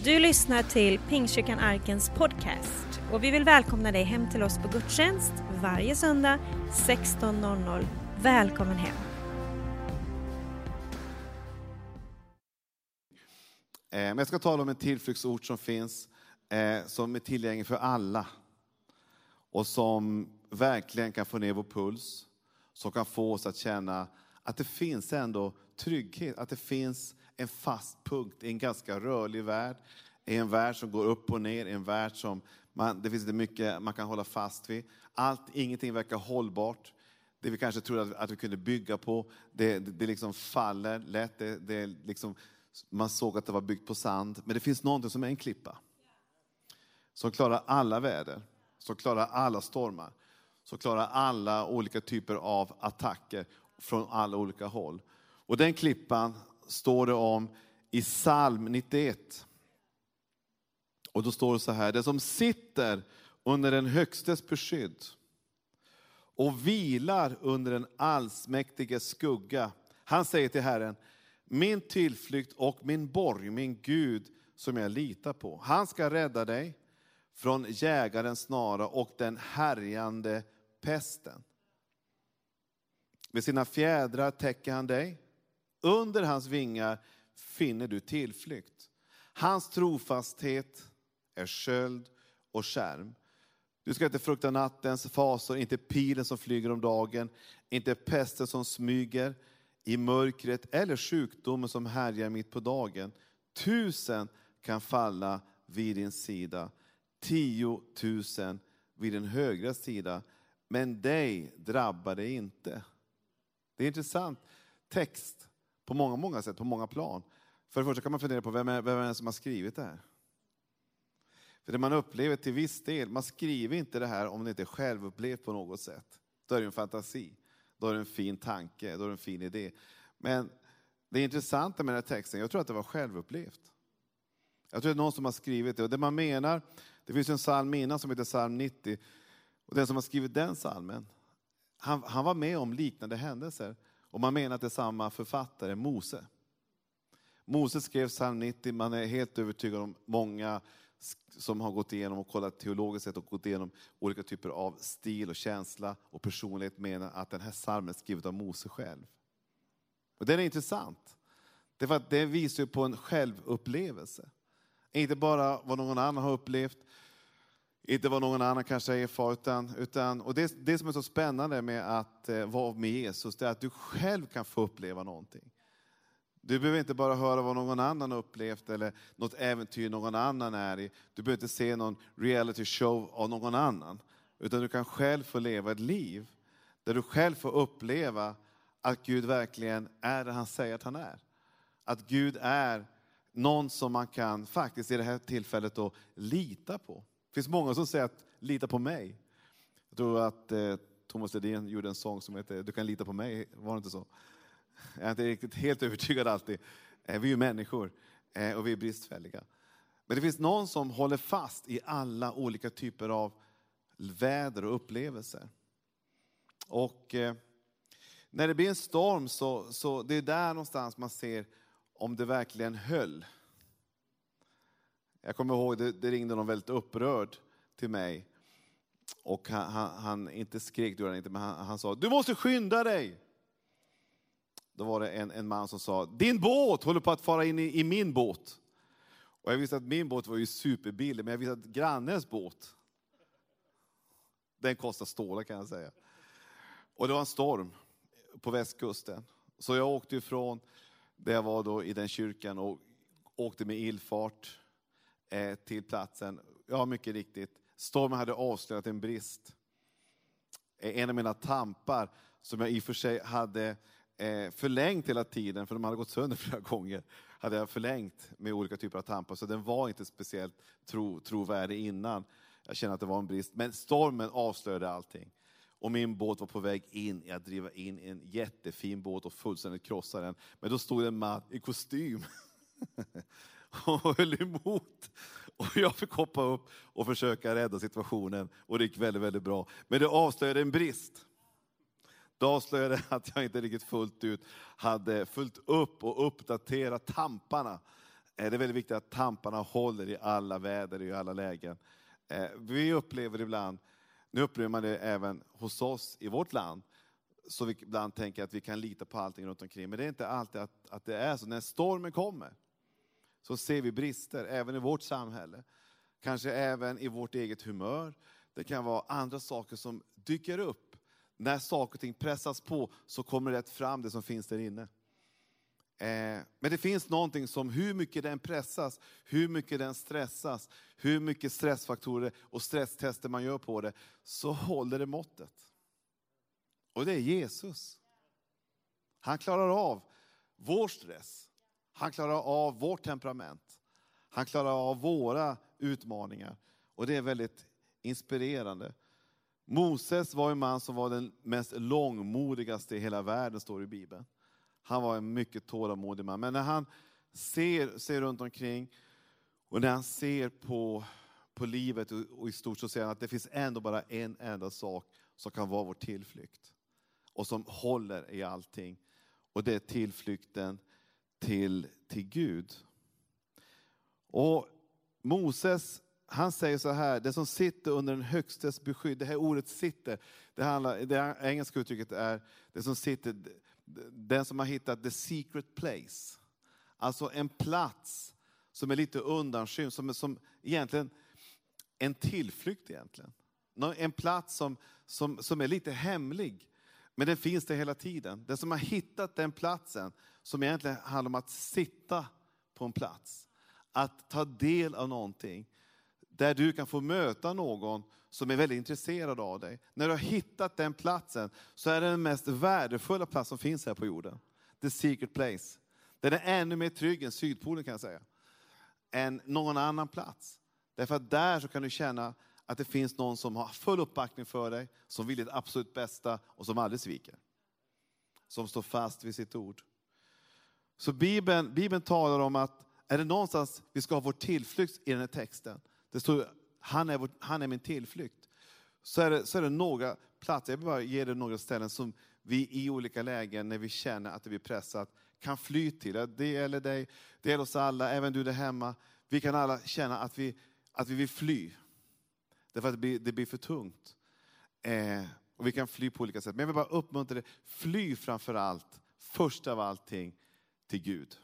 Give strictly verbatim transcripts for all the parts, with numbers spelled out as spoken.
Du lyssnar till Pingstkyrkan Arkens podcast och vi vill välkomna dig hem till oss på gudstjänst varje söndag sexton noll noll. Välkommen hem. Men jag ska tala om en tillflyktsort som finns, eh, som är tillgänglig för alla. Och som verkligen kan få ner vår puls. Som kan få oss att känna att det finns ändå trygghet. Att det finns en fast punkt i en ganska rörlig värld. I en värld som går upp och ner. I en värld som man, det finns inte mycket man kan hålla fast vid. Allt, ingenting verkar hållbart. Det vi kanske trodde att, att vi kunde bygga på. Det, det, det liksom faller lätt. Det, det liksom... Man såg att det var byggt på sand. Men det finns någonting som är en klippa. Som klarar alla väder. Som klarar alla stormar. Som klarar alla olika typer av attacker. Från alla olika håll. Och den klippan står det om i psalm nittioett. Och då står det så här. Det som sitter under den högstes beskydd. Och vilar under den allsmäktiges skugga. Han säger till Herren. Min tillflykt och min borg, min Gud som jag litar på. Han ska rädda dig från jägarens snara och den härjande pesten. Med sina fjädrar täcker han dig. Under hans vingar finner du tillflykt. Hans trofasthet är sköld och skärm. Du ska inte frukta nattens fasor, inte pilen som flyger om dagen, inte pesten som smyger i mörkret eller sjukdomen som härjar mitt på dagen. Tusen kan falla vid din sida. Tio tusen vid den högra sida. Men dig drabbar det inte. Det är intressant text på många, många sätt, på många plan. För det första kan man fundera på vem är, vem är det som har skrivit det här. För det man upplever till viss del, man skriver inte det här om det inte är självupplevt på något sätt. Då är det en fantasi. Då är det en fin tanke, då är det en fin idé. Men det intressanta med den här texten, jag tror att det var självupplevt. Jag tror att det är någon som har skrivit det. Och det man menar, det finns en psalm innan som heter psalm nittio. Och den som har skrivit den psalmen, han, han var med om liknande händelser. Och man menar att det är samma författare, Mose. Mose skrev psalm nittio, man är helt övertygad om många som har gått igenom och kollat teologiskt sett och gått igenom olika typer av stil och känsla och personlighet menar att den här psalmen är skriven av Mose själv. Och det är intressant. Det är för att det visar på en självupplevelse. Inte bara vad någon annan har upplevt, inte vad någon annan kanske har erfarit, utan, utan och det, det som är så spännande med att eh, vara med Jesus, det är att du själv kan få uppleva någonting. Du behöver inte bara höra vad någon annan har upplevt eller något äventyr någon annan är i. Du behöver inte se någon reality show av någon annan. Utan du kan själv få leva ett liv där du själv får uppleva att Gud verkligen är det han säger att han är. Att Gud är någon som man kan faktiskt i det här tillfället då lita på. Det finns många som säger att lita på mig. Jag tror att eh, Thomas Ledin gjorde en sång som heter Du kan lita på mig, var det inte så? Jag är inte riktigt helt övertygad alltid. Vi är ju människor och vi är bristfälliga. Men det finns någon som håller fast i alla olika typer av väder och upplevelser. Och när det blir en storm så, så det är där någonstans man ser om det verkligen höll. Jag kommer ihåg, det, det ringde någon väldigt upprörd till mig. Och han, han, han inte skrek, han inte, men han, han sa, du måste skynda dig. Då var det en, en man som sa, din båt håller på att fara in i, i min båt. Och jag visste att min båt var ju superbillig, men jag visste att grannens båt, den kostar stålar kan jag säga. Och det var en storm på västkusten. Så jag åkte ifrån där jag var då i den kyrkan och åkte med ilfart eh, till platsen. Ja, mycket riktigt. Stormen hade avslöjat en brist. Eh, en av mina tampar som jag i och för sig hade förlängt hela tiden, för de hade gått sönder flera gånger, hade jag förlängt med olika typer av tampar, så den var inte speciellt tro, trovärdig innan. Jag kände att det var en brist, men stormen avslöjade allting. Och min båt var på väg in i att driva in en jättefin båt och fullständigt krossa den. Men då stod en man i kostym och höll emot. Och jag fick hoppa upp och försöka rädda situationen, och det gick väldigt, väldigt bra. Men det avslöjade en brist. Då avslöjade att jag inte riktigt fullt ut hade fullt upp och uppdaterat tamparna Det är väldigt viktigt att tamparna håller i alla väder, i alla lägen. Vi upplever ibland, nu upplever man det även hos oss i vårt land, så vi ibland tänker att vi kan lita på allting runt omkring. Men det är inte alltid att, att det är så. När stormen kommer så ser vi brister även i vårt samhälle. Kanske även i vårt eget humör. Det kan vara andra saker som dyker upp. När saker och ting pressas på så kommer det fram det som finns där inne. Eh, men det finns någonting som hur mycket den pressas, hur mycket den stressas, hur mycket stressfaktorer och stresstester man gör på det, så håller det måttet. Och det är Jesus. Han klarar av vår stress. Han klarar av vårt temperament. Han klarar av våra utmaningar. Och det är väldigt inspirerande. Moses var en man som var den mest långmodigaste i hela världen, står det i Bibeln. Han var en mycket tålamodig man. Men när han ser, ser runt omkring och när han ser på, på livet och, och i stort, så ser han att det finns ändå bara en enda sak som kan vara vår tillflykt. Och som håller i allting. Och det är tillflykten till, till Gud. Och Moses, han säger så här: det som sitter under den högstes beskydd. Det här ordet sitter, det, handlar, det engelska uttrycket är det som sitter, den som har hittat the secret place. Alltså en plats som är lite undanskymd, som är som egentligen en tillflykt egentligen. En plats som, som, som är lite hemlig. Men den finns där hela tiden. Den som har hittat den platsen, som egentligen handlar om att sitta på en plats. Att ta del av någonting. Där du kan få möta någon som är väldigt intresserad av dig. När du har hittat den platsen så är det den mest värdefulla plats som finns här på jorden. The secret place. Den är ännu mer trygg än Sydpolen, kan jag säga. Än någon annan plats. Därför att där så kan du känna att det finns någon som har full uppbackning för dig. Som vill det absolut bästa och som aldrig sviker. Som står fast vid sitt ord. Så Bibeln, Bibeln talar om att är det någonstans vi ska ha vår tillflykt i den här texten. Det står han är, vår, han är min tillflykt. Så är, det, så är det några platser, jag vill bara ge dig några ställen som vi i olika lägen när vi känner att det blir pressat kan fly till. Det gäller dig, det gäller oss alla, även du där hemma. Vi kan alla känna att vi, att vi vill fly. Därför att det blir, det blir för tungt. Eh, och vi kan fly på olika sätt. Men jag vill bara uppmuntra dig, fly framför allt, först av allting, till Gud.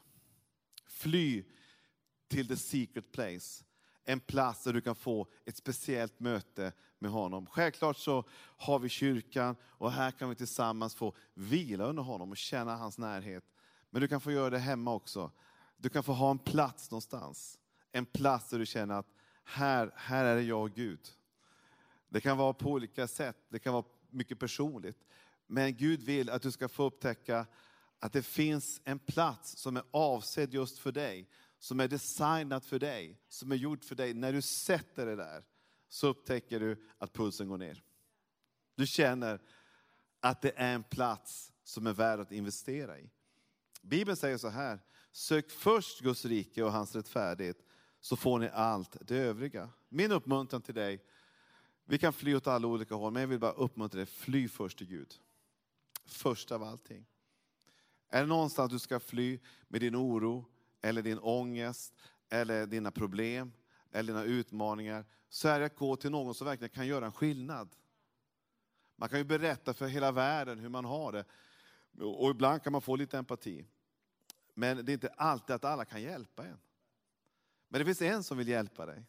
Fly till the secret place. En plats där du kan få ett speciellt möte med honom. Självklart så har vi kyrkan och här kan vi tillsammans få vila under honom och känna hans närhet. Men du kan få göra det hemma också. Du kan få ha en plats någonstans. En plats där du känner att här, här är det jag och Gud. Det kan vara på olika sätt. Det kan vara mycket personligt. Men Gud vill att du ska få upptäcka att det finns en plats som är avsedd just för dig. Som är designat för dig. Som är gjord för dig. När du sätter det där så upptäcker du att pulsen går ner. Du känner att det är en plats som är värd att investera i. Bibeln säger så här: sök först Guds rike och hans rättfärdighet, så får ni allt det övriga. Min uppmuntran till dig, vi kan fly åt alla olika håll, men jag vill bara uppmuntra dig, fly först till Gud. Först av allting. Är det någonstans du ska fly med din oro, eller din ångest, eller dina problem, eller dina utmaningar, så är det att gå till någon som verkligen kan göra en skillnad. Man kan ju berätta för hela världen hur man har det. Och ibland kan man få lite empati. Men det är inte alltid att alla kan hjälpa en. Men det finns en som vill hjälpa dig.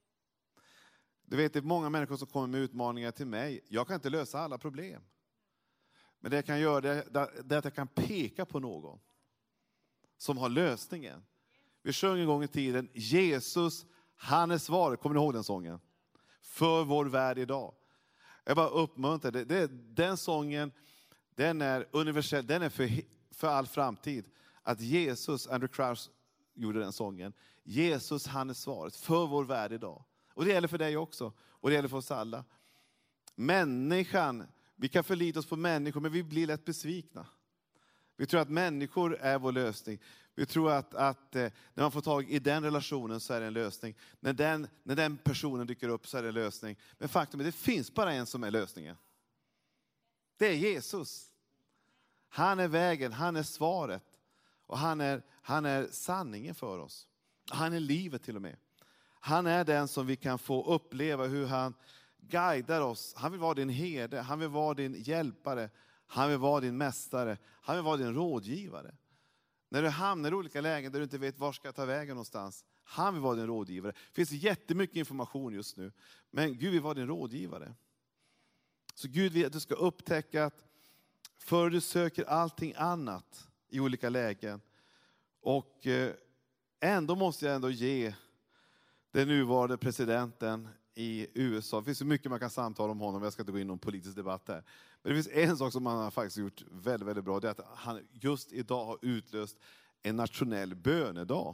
Du vet, det är många människor som kommer med utmaningar till mig. Jag kan inte lösa alla problem. Men det jag kan göra, det är att jag kan peka på någon som har lösningen. Vi sjöng en gång i tiden, Jesus, han är svaret. Kommer ni ihåg den sången? För vår värld idag. Jag bara uppmuntrar det. det den sången, den är universell. Den är för, för all framtid. Att Jesus, Andrew Crouch gjorde den sången. Jesus, han är svaret. För vår värld idag. Och det gäller för dig också. Och det gäller för oss alla. Människan, vi kan förlita oss på människor, men vi blir lätt besvikna. Vi tror att människor är vår lösning. Vi tror att, att eh, när man får tag i den relationen så är det en lösning. När den, när den personen dyker upp så är det en lösning. Men faktum är att det finns bara en som är lösningen. Det är Jesus. Han är vägen, han är svaret. Och han är, han är sanningen för oss. Han är livet till och med. Han är den som vi kan få uppleva hur han guidar oss. Han vill vara din herde, han vill vara din hjälpare, han vill vara din mästare, han vill vara din rådgivare. När du hamnar i olika lägen där du inte vet var ska jag ta vägen någonstans, han vill vara din rådgivare. Det finns jättemycket information just nu, men Gud vill vara din rådgivare. Så Gud vill att du ska upptäcka att för du söker allting annat i olika lägen. Och ändå måste jag ändå ge den nuvarande presidenten i U S A. Det finns så mycket man kan samtala om honom. Jag ska inte gå in i någon politisk debatt här. Men det finns en sak som han har faktiskt gjort väldigt, väldigt bra. Det är att han just idag har utlöst en nationell bönedag.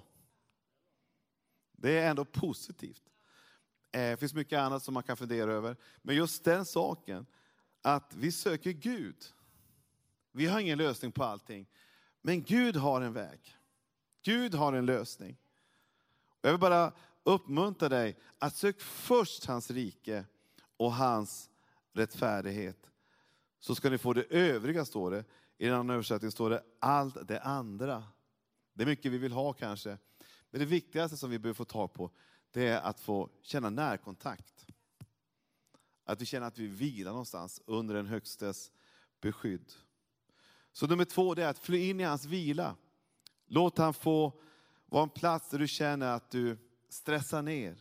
Det är ändå positivt. Det finns mycket annat som man kan fundera över. Men just den saken, att vi söker Gud. Vi har ingen lösning på allting. Men Gud har en väg. Gud har en lösning. Jag vill bara uppmuntra dig att sök först hans rike och hans rättfärdighet. Så ska ni få det övriga, står det. I den andra översättningen står det allt det andra. Det är mycket vi vill ha kanske. Men det viktigaste som vi behöver få tag på, det är att få känna närkontakt. Att vi känner att vi vilar någonstans under den högstes beskydd. Så nummer två, det är att fly in i hans vila. Låt han få vara en plats där du känner att du stressar ner.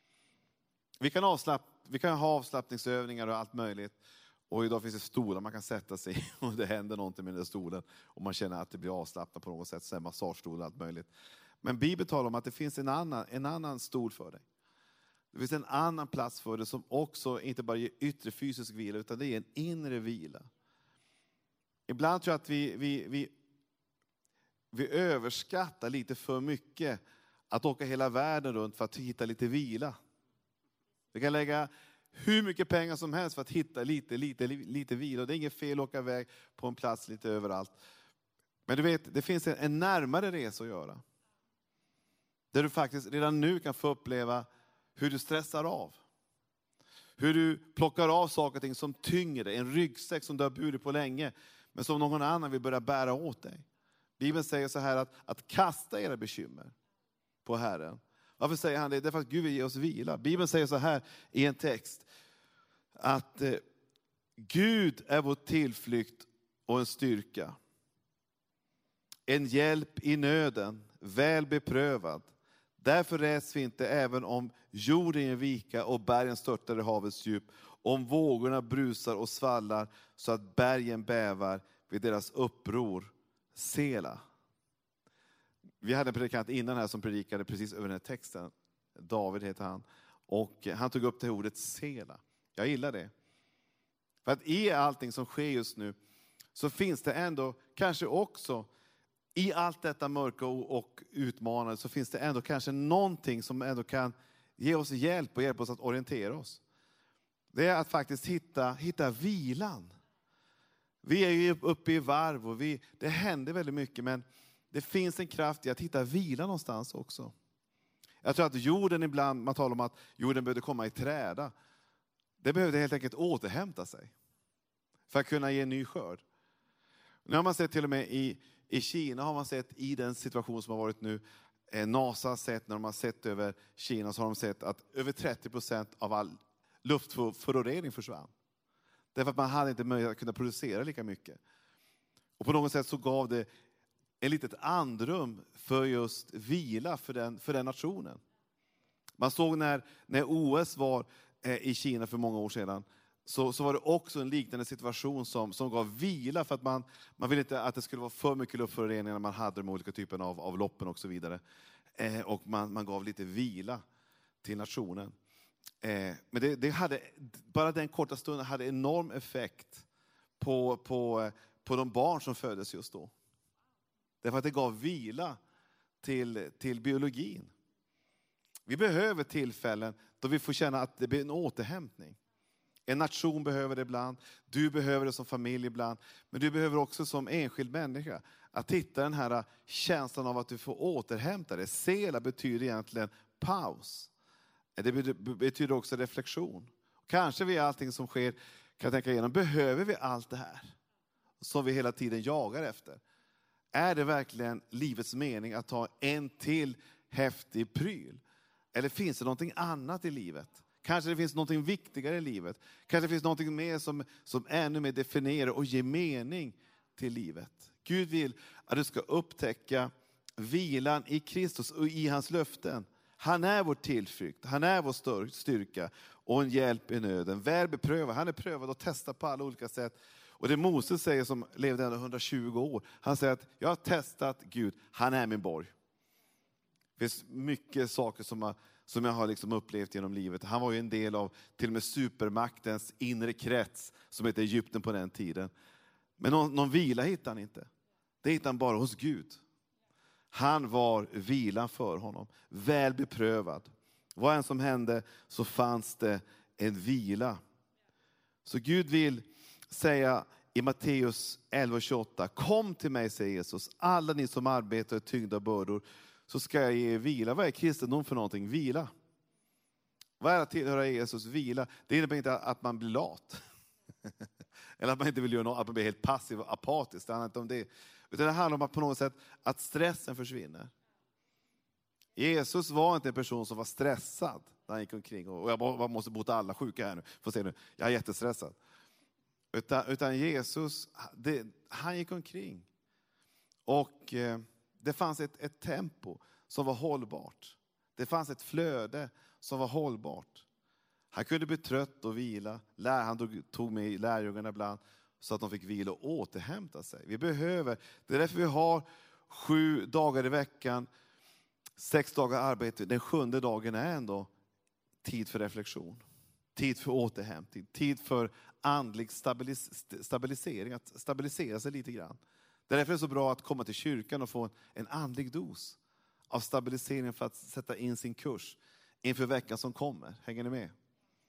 Vi kan, avslapp, vi kan ha avslappningsövningar och allt möjligt. Och idag finns det stolar man kan sätta sig i. Och det händer någonting med den stolen. Och man känner att det blir avslappnat på något sätt. Så är massagestol och allt möjligt. Men Bibeln talar om att det finns en annan, en annan stol för dig. Det finns en annan plats för dig som också inte bara ger yttre fysisk vila. Utan det är en inre vila. Ibland tror jag att vi, vi, vi, vi överskattar lite för mycket att åka hela världen runt för att hitta lite vila. Vi kan lägga hur mycket pengar som helst för att hitta lite, lite, lite vila. Och det är inget fel att åka iväg på en plats lite överallt. Men du vet, det finns en, en närmare resa att göra. Där du faktiskt redan nu kan få uppleva hur du stressar av. Hur du plockar av saker och ting som tynger dig. En ryggsäck som du har burit på länge. Men som någon annan vill börja bära åt dig. Bibeln säger så här att, att kasta era bekymmer på Herren. Varför säger han det? Det är för att Gud vill ge oss vila. Bibeln säger så här i en text. Att eh, Gud är vår tillflykt och en styrka. En hjälp i nöden, väl beprövad. Därför räds vi inte även om jorden är vika och bergen störtar i havets djup. Om vågorna brusar och svallar så att bergen bävar vid deras uppror. Sela. Vi hade en predikant innan här som predikade precis över den här texten. David heter han. Och han tog upp det ordet sela. Jag gillar det. För att i allting som sker just nu så finns det ändå kanske också i allt detta mörka och utmanande så finns det ändå kanske någonting som ändå kan ge oss hjälp och hjälpa oss att orientera oss. Det är att faktiskt hitta, hitta vilan. Vi är ju uppe i varv och vi, det händer väldigt mycket, men det finns en kraft i att hitta vila någonstans också. Jag tror att jorden ibland, man talar om att jorden behövde komma i träda. Det behövde helt enkelt återhämta sig för att kunna ge en ny skörd. Nu har man sett till och med i, i Kina har man sett i den situation som har varit nu. Eh, NASA har sett, när de har sett över Kina så har de sett att över trettio procent av all luftförorening försvann. Därför att man hade inte möjlighet att kunna producera lika mycket. Och på något sätt så gav det ett litet andrum för just vila för den, för den nationen. Man såg när, när O S var eh, i Kina för många år sedan. Så, så var det också en liknande situation som, som gav vila. För att man, man ville inte att det skulle vara för mycket luftföroreningar när man hade de olika typerna av, av loppen och så vidare. Eh, och man, man gav lite vila till nationen. Eh, men det, det hade, bara den korta stunden hade enorm effekt på, på, på de barn som föddes just då. Därför att det gav vila till, till biologin. Vi behöver tillfällen då vi får känna att det blir en återhämtning. En nation behöver det ibland. Du behöver det som familj ibland. Men du behöver också som enskild människa att hitta den här känslan av att du får återhämta dig. Sela betyder egentligen paus. Det betyder också reflektion. Kanske vi allting som sker kan tänka igenom. Behöver vi allt det här som vi hela tiden jagar efter? Är det verkligen livets mening att ta en till häftig pryl? Eller finns det någonting annat i livet? Kanske det finns någonting viktigare i livet. Kanske det finns någonting mer som, som ännu mer definierar och ger mening till livet. Gud vill att du ska upptäcka vilan i Kristus och i hans löften. Han är vår tillflykt, han är vår styrka och en hjälp i nöden. Väl beprövad, han är prövad och testad på alla olika sätt. Och det Moses säger, som levde ändå hundratjugo år, han säger att jag har testat Gud, han är min borg. Det finns mycket saker som, har, som jag har liksom upplevt genom livet. Han var ju en del av till och med supermaktens inre krets som hette Egypten på den tiden. Men någon, någon vila hittade han inte. Det hittade han bara hos Gud. Han var vilan för honom. Väl beprövad. Vad än som hände så fanns det en vila. Så Gud vill säga i Matteus elva tjugoåtta. Kom till mig, säger Jesus. Alla ni som arbetar och tyngda bördor. Så ska jag ge er vila. Vad är kristendom för någonting? Vila. Vad är att tillhöra Jesus? Vila. Det innebär inte att man blir lat. Eller att man inte vill göra något. Att man blir helt passiv och apatisk. Det handlar inte om det. Utan det handlar om att på något sätt att stressen försvinner. Jesus var inte en person som var stressad när han gick omkring. Och jag bara måste bota alla sjuka här nu. Får se nu. Jag är jättestressad. Utan, utan Jesus, det, han gick omkring. Och eh, det fanns ett, ett tempo som var hållbart. Det fanns ett flöde som var hållbart. Han kunde bli trött och vila. Lär, han tog med lärjungarna ibland så att de fick vila och återhämta sig. Vi behöver, det är därför vi har sju dagar i veckan, sex dagar arbete. Den sjunde dagen är ändå tid för reflektion. Tid för återhämtning. Tid för andlig stabilis- stabilisering. Att stabilisera sig lite grann. Det är därför det är så bra att komma till kyrkan och få en, en andlig dos av stabilisering för att sätta in sin kurs inför veckan som kommer. Hänger ni med?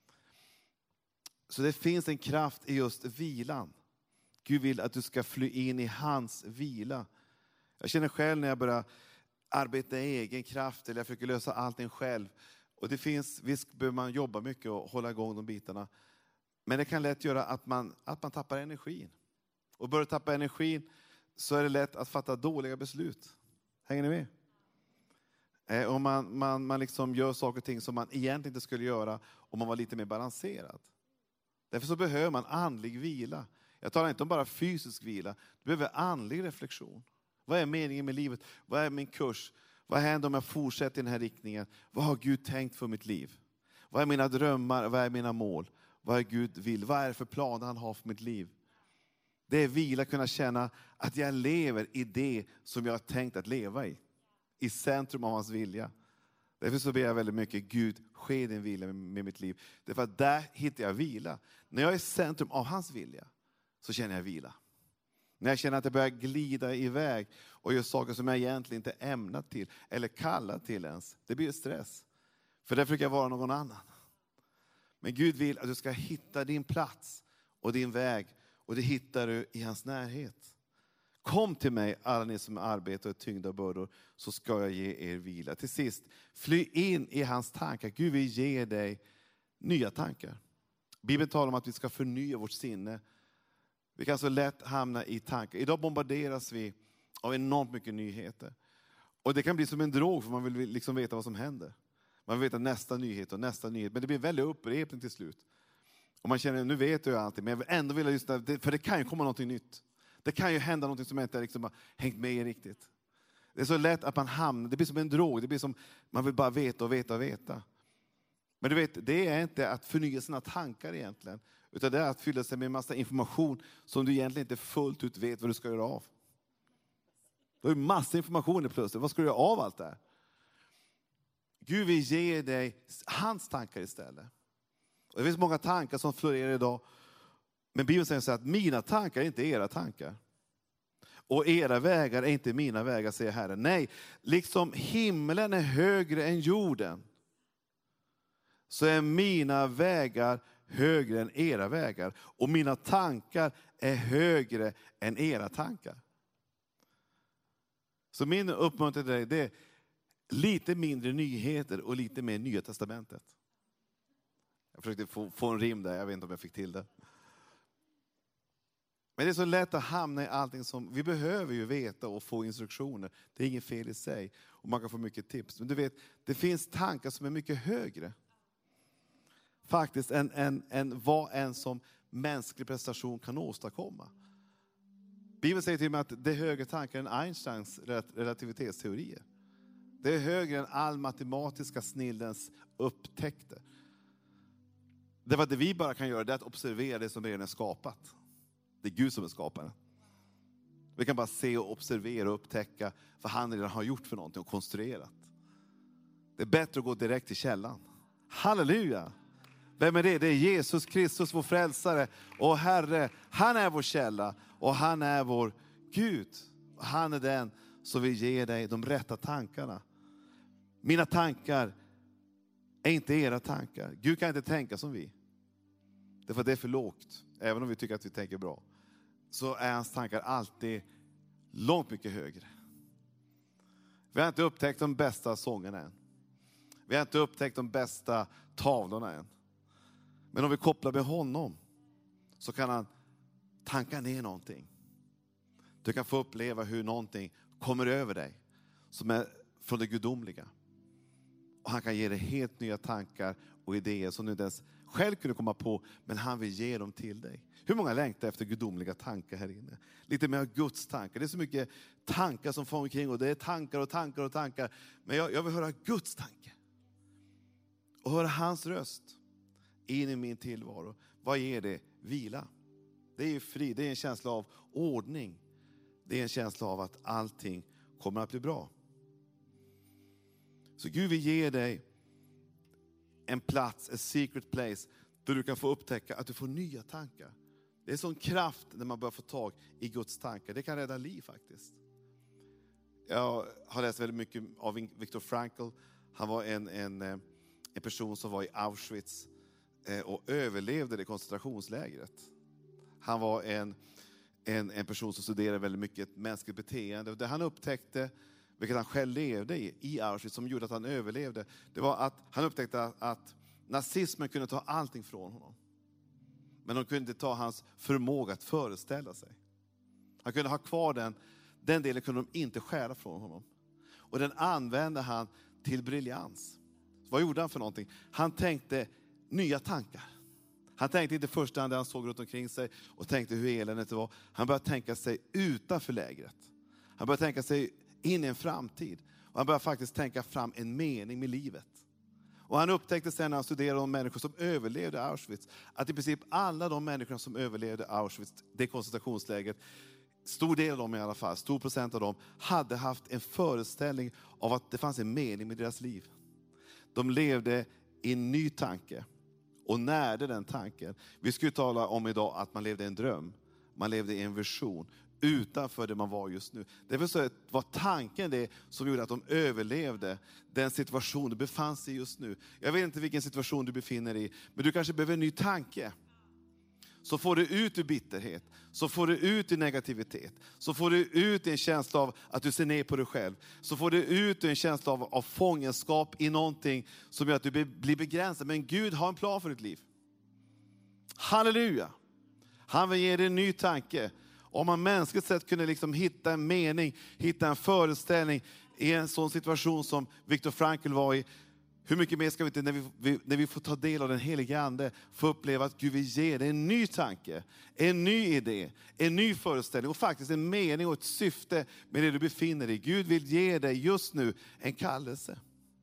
Så det finns en kraft i just vilan. Gud vill att du ska fly in i hans vila. Jag känner själv när jag börjar arbeta i egen kraft eller jag försöker lösa allting själv. Och det finns, visst behöver man jobba mycket och hålla igång de bitarna. Men det kan lätt göra att man, att man tappar energin. Och börjar tappa energin så är det lätt att fatta dåliga beslut. Hänger ni med? Eh, och man, man, man liksom gör saker och ting som man egentligen inte skulle göra om man var lite mer balanserad. Därför så behöver man andlig vila. Jag talar inte om bara fysisk vila. Du behöver andlig reflektion. Vad är meningen med livet? Vad är min kurs? Vad händer om jag fortsätter i den här riktningen? Vad har Gud tänkt för mitt liv? Vad är mina drömmar? Vad är mina mål? Vad är Gud vill? Vad är det för planer han har för mitt liv? Det är vila, kunna känna att jag lever i det som jag har tänkt att leva i. I centrum av hans vilja. Därför så ber jag väldigt mycket, Gud, ske din vilja med, med mitt liv. Därför att där hittar jag vila. När jag är i centrum av hans vilja så känner jag vila. När jag känner att jag börjar glida iväg och gör saker som jag egentligen inte är ämnat till eller kallad till ens. Det blir stress. För där försöker jag vara någon annan. Men Gud vill att du ska hitta din plats och din väg. Och det hittar du i hans närhet. Kom till mig alla ni som arbetar och tyngda bördor så ska jag ge er vila. Till sist, fly in i hans tankar. Gud vill ge dig nya tankar. Bibeln talar om att vi ska förnya vårt sinne. Vi kan så lätt hamna i tankar. Idag bombarderas vi av enormt mycket nyheter. Och det kan bli som en drog för man vill liksom veta vad som händer. Man vill veta nästa nyhet och nästa nyhet. Men det blir en väldigt upprepning till slut. Och man känner, nu vet jag alltid, men jag vill ändå vilja lyssna. För det kan ju komma någonting nytt. Det kan ju hända någonting som jag inte liksom har hängt med i riktigt. Det är så lätt att man hamnar, det blir som en drog. Det blir som, man vill bara veta och veta och veta. Men du vet, det är inte att förnya sina tankar egentligen. Utan det är att fylla sig med en massa information som du egentligen inte fullt ut vet vad du ska göra av. Du har ju massa information plötsligt. Vad ska du göra av allt det här? Gud vill ge dig hans tankar istället. Och det finns många tankar som florerar idag. Men Bibeln säger så att mina tankar är inte era tankar. Och era vägar är inte mina vägar, säger Herren. Nej, liksom himlen är högre än jorden. Så är mina vägar högre än era vägar. Och mina tankar är högre än era tankar. Så min uppmuntran till dig, det är lite mindre nyheter och lite mer Nya testamentet. Jag försökte få, få en rim där, jag vet inte om jag fick till det. Men det är så lätt att hamna i allting som, vi behöver ju veta och få instruktioner. Det är inget fel i sig. Och man kan få mycket tips. Men du vet, det finns tankar som är mycket högre. Faktiskt än, än, än vad en som mänsklig prestation kan åstadkomma. Bibeln säger till mig att det är högre tankar än Einsteins relativitetsteorier. Det är högre än all matematiska snillens upptäckter. Det var det vi bara kan göra, det är att observera det som redan är skapat. Det är Gud som är skaparen. Vi kan bara se och observera och upptäcka vad han redan har gjort för någonting och konstruerat. Det är bättre att gå direkt till källan. Halleluja! Vem är det? Det är Jesus Kristus, vår frälsare och Herre. Han är vår källa och han är vår Gud. Han är den som vill ge dig de rätta tankarna. Mina tankar är inte era tankar. Gud kan inte tänka som vi. Därför att det är för lågt. Även om vi tycker att vi tänker bra. Så är hans tankar alltid långt mycket högre. Vi har inte upptäckt de bästa sångerna än. Vi har inte upptäckt de bästa tavlorna än. Men om vi kopplar med honom så kan han tanka ner någonting. Du kan få uppleva hur någonting kommer över dig som är från det gudomliga. Och han kan ge dig helt nya tankar och idéer som du inte ens själv kunde komma på, men han vill ge dem till dig. Hur många längtar efter gudomliga tankar här inne? Lite mer Guds tankar. Det är så mycket tankar som får omkring och det är tankar och tankar och tankar. Men jag, jag vill höra Guds tanke. Och höra hans röst in i min tillvaro. Vad ger det? Vila. Det är ju fri. Det är en känsla av ordning. Det är en känsla av att allting kommer att bli bra. Så Gud vill ge dig en plats, en secret place, där du kan få upptäcka att du får nya tankar. Det är sån kraft när man börjar få tag i Guds tankar. Det kan rädda liv faktiskt. Jag har läst väldigt mycket av Viktor Frankl. Han var en, en, en person som var i Auschwitz och överlevde det koncentrationslägret. Han var en, en, en person som studerade väldigt mycket mänskligt beteende. Det han upptäckte, vilket han själv levde i, i Auschwitz, som gjorde att han överlevde, det var att han upptäckte att, att nazismen kunde ta allting från honom. Men de kunde inte ta hans förmåga att föreställa sig. Han kunde ha kvar den, den delen kunde de inte stjäla från honom. Och den använde han till briljans. Vad gjorde han för någonting? Han tänkte nya tankar. Han tänkte inte i första hand det han såg runt omkring sig och tänkte hur eländigt det var. Han började tänka sig utanför lägret. Han började tänka sig in i en framtid. Och han började faktiskt tänka fram en mening med livet. Och han upptäckte sen när han studerade de människor som överlevde Auschwitz, att i princip alla de människorna som överlevde Auschwitz, det koncentrationslägret, stor del av dem i alla fall, stor procent av dem, hade haft en föreställning av att det fanns en mening med deras liv. De levde i en ny tanke och närde den tanken. Vi skulle tala om idag att man levde i en dröm. Man levde i en vision utanför det man var just nu. Det var, så, var tanken det som gjorde att de överlevde den situation du befann sig i just nu. Jag vet inte vilken situation du befinner dig i, men du kanske behöver en ny tanke. Så får du ut ur bitterhet, så får du ut i negativitet, så får du ut i en känsla av att du ser ner på dig själv, så får du ut i en känsla av, av fångenskap i någonting som gör att du blir begränsad. Men Gud har en plan för ditt liv. Halleluja! Han vill ge dig en ny tanke. Om man mänskligt sett kunde liksom hitta en mening, hitta en föreställning i en sån situation som Viktor Frankl var i, hur mycket mer ska vi inte, när vi, när vi får ta del av den helige ande, få uppleva att Gud vill ge dig en ny tanke, en ny idé, en ny föreställning och faktiskt en mening och ett syfte med det du befinner dig i. Gud vill ge dig just nu en kallelse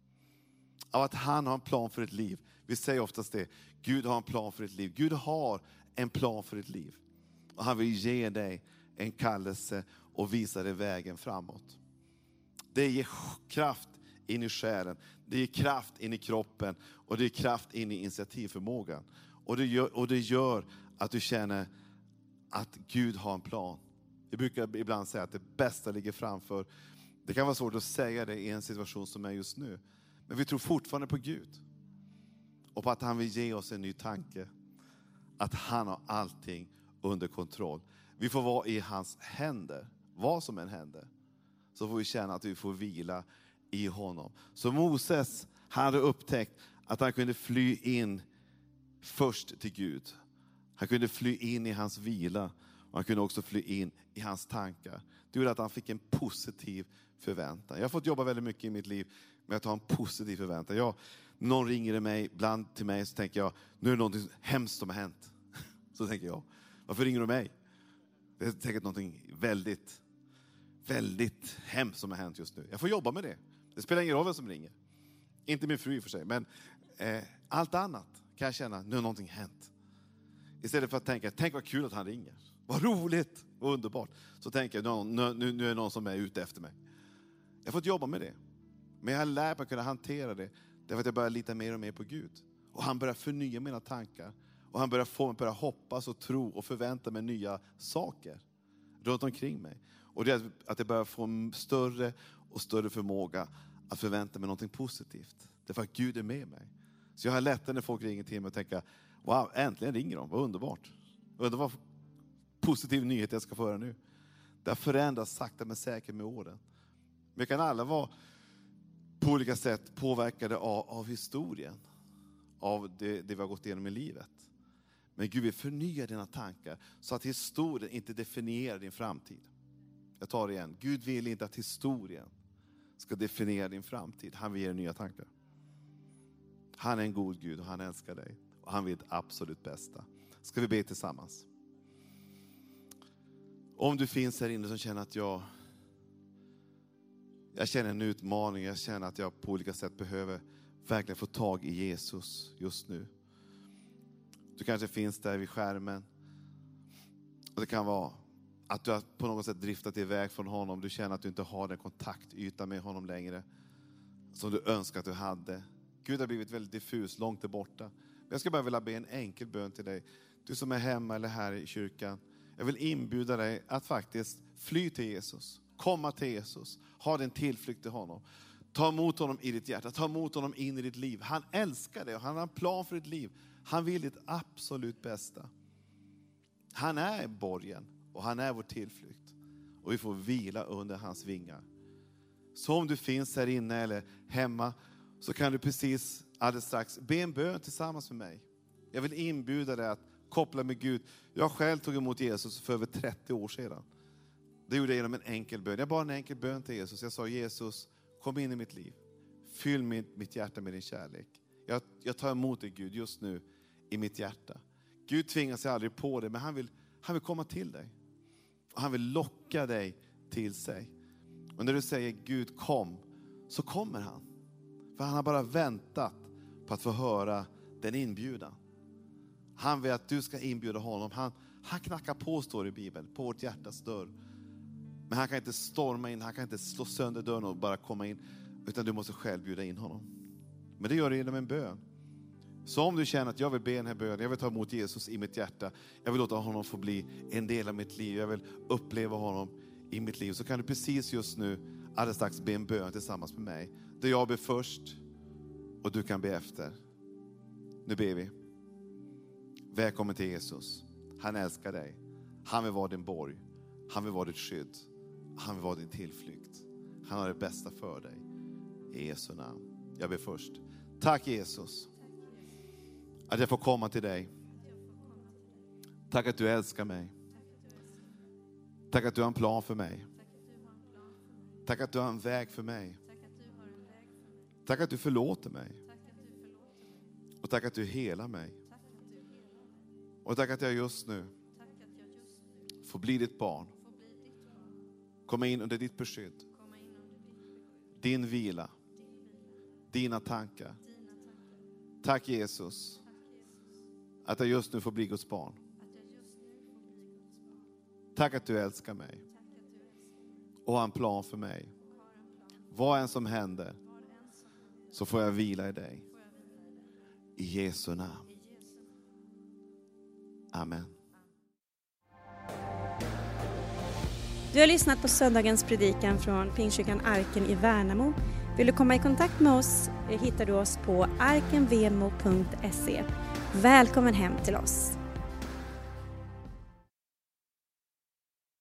av att han har en plan för ditt liv. Vi säger oftast det, Gud har en plan för ditt liv. Gud har en plan för ditt liv. Och han vill ge dig en kallelse och visa dig vägen framåt. Det ger kraft in i själen. Det ger kraft in i kroppen. Och det ger kraft in i initiativförmågan. Och det gör, och det gör att du känner att Gud har en plan. Vi brukar ibland säga att det bästa ligger framför. Det kan vara svårt att säga det i en situation som är just nu. Men vi tror fortfarande på Gud. Och på att han vill ge oss en ny tanke. Att han har allting under kontroll. Vi får vara i hans händer. Vad som än händer. Så får vi känna att vi får vila i honom. Så Moses hade upptäckt att han kunde fly in först till Gud. Han kunde fly in i hans vila. Och Man kunde också fly in i hans tankar. Det gjorde att han fick en positiv förväntan. Jag har fått jobba väldigt mycket i mitt liv med att ha en positiv förväntan. Jag, någon ringer mig, ibland till mig, så tänker jag, nu är det något hemskt som har hänt. Så tänker jag, varför ringer du mig? Det är säkert något väldigt, väldigt hemskt som har hänt just nu. Jag får jobba med det. Det spelar ingen roll vem som ringer. Inte min fru i och för sig, men eh, allt annat kan jag känna, nu har någonting hänt. Istället för att tänka, tänk vad kul att han ringer. Vad roligt, vad underbart. Så tänker jag, nu, nu, nu är det någon som är ute efter mig. Jag har fått jobba med det. Men jag har lärt mig att kunna hantera det. Därför att jag börjar lita mer och mer på Gud. Och han börjar förnya mina tankar. Och han börjar få mig att börja hoppas och tro och förvänta mig nya saker runt omkring mig. Och det är att jag börjar få en större och större förmåga att förvänta mig någonting positivt. Därför att Gud är med mig. Så jag har lättare när folk ringer till mig och tänker, wow, äntligen ringer de, vad underbart. Undrar vad positiv nyhet jag ska få höra nu. Det har förändrats sakta men säkert med åren. Vi kan alla vara på olika sätt påverkade av, av historien. Av det, det vi har gått igenom i livet. Men Gud vill förnya dina tankar så att historien inte definierar din framtid. Jag tar det igen. Gud vill inte att historien ska definiera din framtid. Han vill ge dig nya tankar. Han är en god Gud och han älskar dig. Och han vill det absolut bästa. Ska vi be tillsammans? Om du finns här inne som känner att jag jag känner en utmaning, jag känner att jag på olika sätt behöver verkligen få tag i Jesus just nu. Du kanske finns där vid skärmen. Och det kan vara att du har på något sätt driftat iväg från honom. Du känner att du inte har den kontaktyta med honom längre som du önskar att du hade. Gud har blivit väldigt diffus, långt där borta. Jag ska bara vilja be en enkel bön till dig. Du som är hemma eller här i kyrkan. Jag vill inbjuda dig att faktiskt fly till Jesus. Komma till Jesus. Ha din tillflykt till honom. Ta emot honom i ditt hjärta. Ta emot honom in i ditt liv. Han älskar dig och han har en plan för ditt liv. Han vill ditt absolut bästa. Han är borgen och han är vår tillflykt. Och vi får vila under hans vingar. Så om du finns här inne eller hemma så kan du precis alldeles strax be en bön tillsammans med mig. Jag vill inbjuda dig att koppla med Gud. Jag själv tog emot Jesus för över trettio år sedan. Det gjorde jag genom en enkel bön. Jag bad en enkel bön till Jesus. Jag sa, Jesus, kom in i mitt liv. Fyll mitt, mitt hjärta med din kärlek. Jag, jag tar emot dig, Gud, just nu i mitt hjärta. Gud tvingar sig aldrig på det, men han vill, han vill komma till dig. Och han vill locka dig till sig. Och när du säger, Gud, kom, så kommer han. För han har bara väntat på att få höra den inbjudan. Han vill att du ska inbjuda honom. Han, han knackar på, står det i Bibeln, på vårt hjärtas dörr. Men han kan inte storma in, han kan inte slå sönder dörren och bara komma in. Utan du måste själv bjuda in honom. Men det gör du genom en bön. Så om du känner att jag vill be den här bönen, jag vill ta emot Jesus i mitt hjärta. Jag vill låta honom få bli en del av mitt liv. Jag vill uppleva honom i mitt liv. Så kan du precis just nu alldeles strax be en bön tillsammans med mig. Där jag ber först och du kan be efter. Nu ber vi. Välkommen till Jesus. Han älskar dig. Han vill vara din borg. Han vill vara ditt skydd. Han vill vara din tillflykt. Han har det bästa för dig. I Jesu namn. Jag ber först. Tack Jesus. Att jag får komma till dig. Tack att du älskar mig. Tack att du har en plan för mig. Tack att du har en väg för mig. Tack att du förlåter mig. Och tack att du helar mig. Och tack att jag just nu får bli ditt barn. Komma in under ditt beskydd. Din vila. Dina tankar. Tack Jesus. Att jag just nu får bli Guds barn. Tack att du älskar mig. Och har en plan för mig. Vad än som händer så får jag vila i dig. I Jesu namn. Amen. Du har lyssnat på söndagens predikan från Pingstkyrkan Arken i Värnamo. Vill du komma i kontakt med oss hittar du oss på arkenvemo punkt se. Välkommen hem till oss.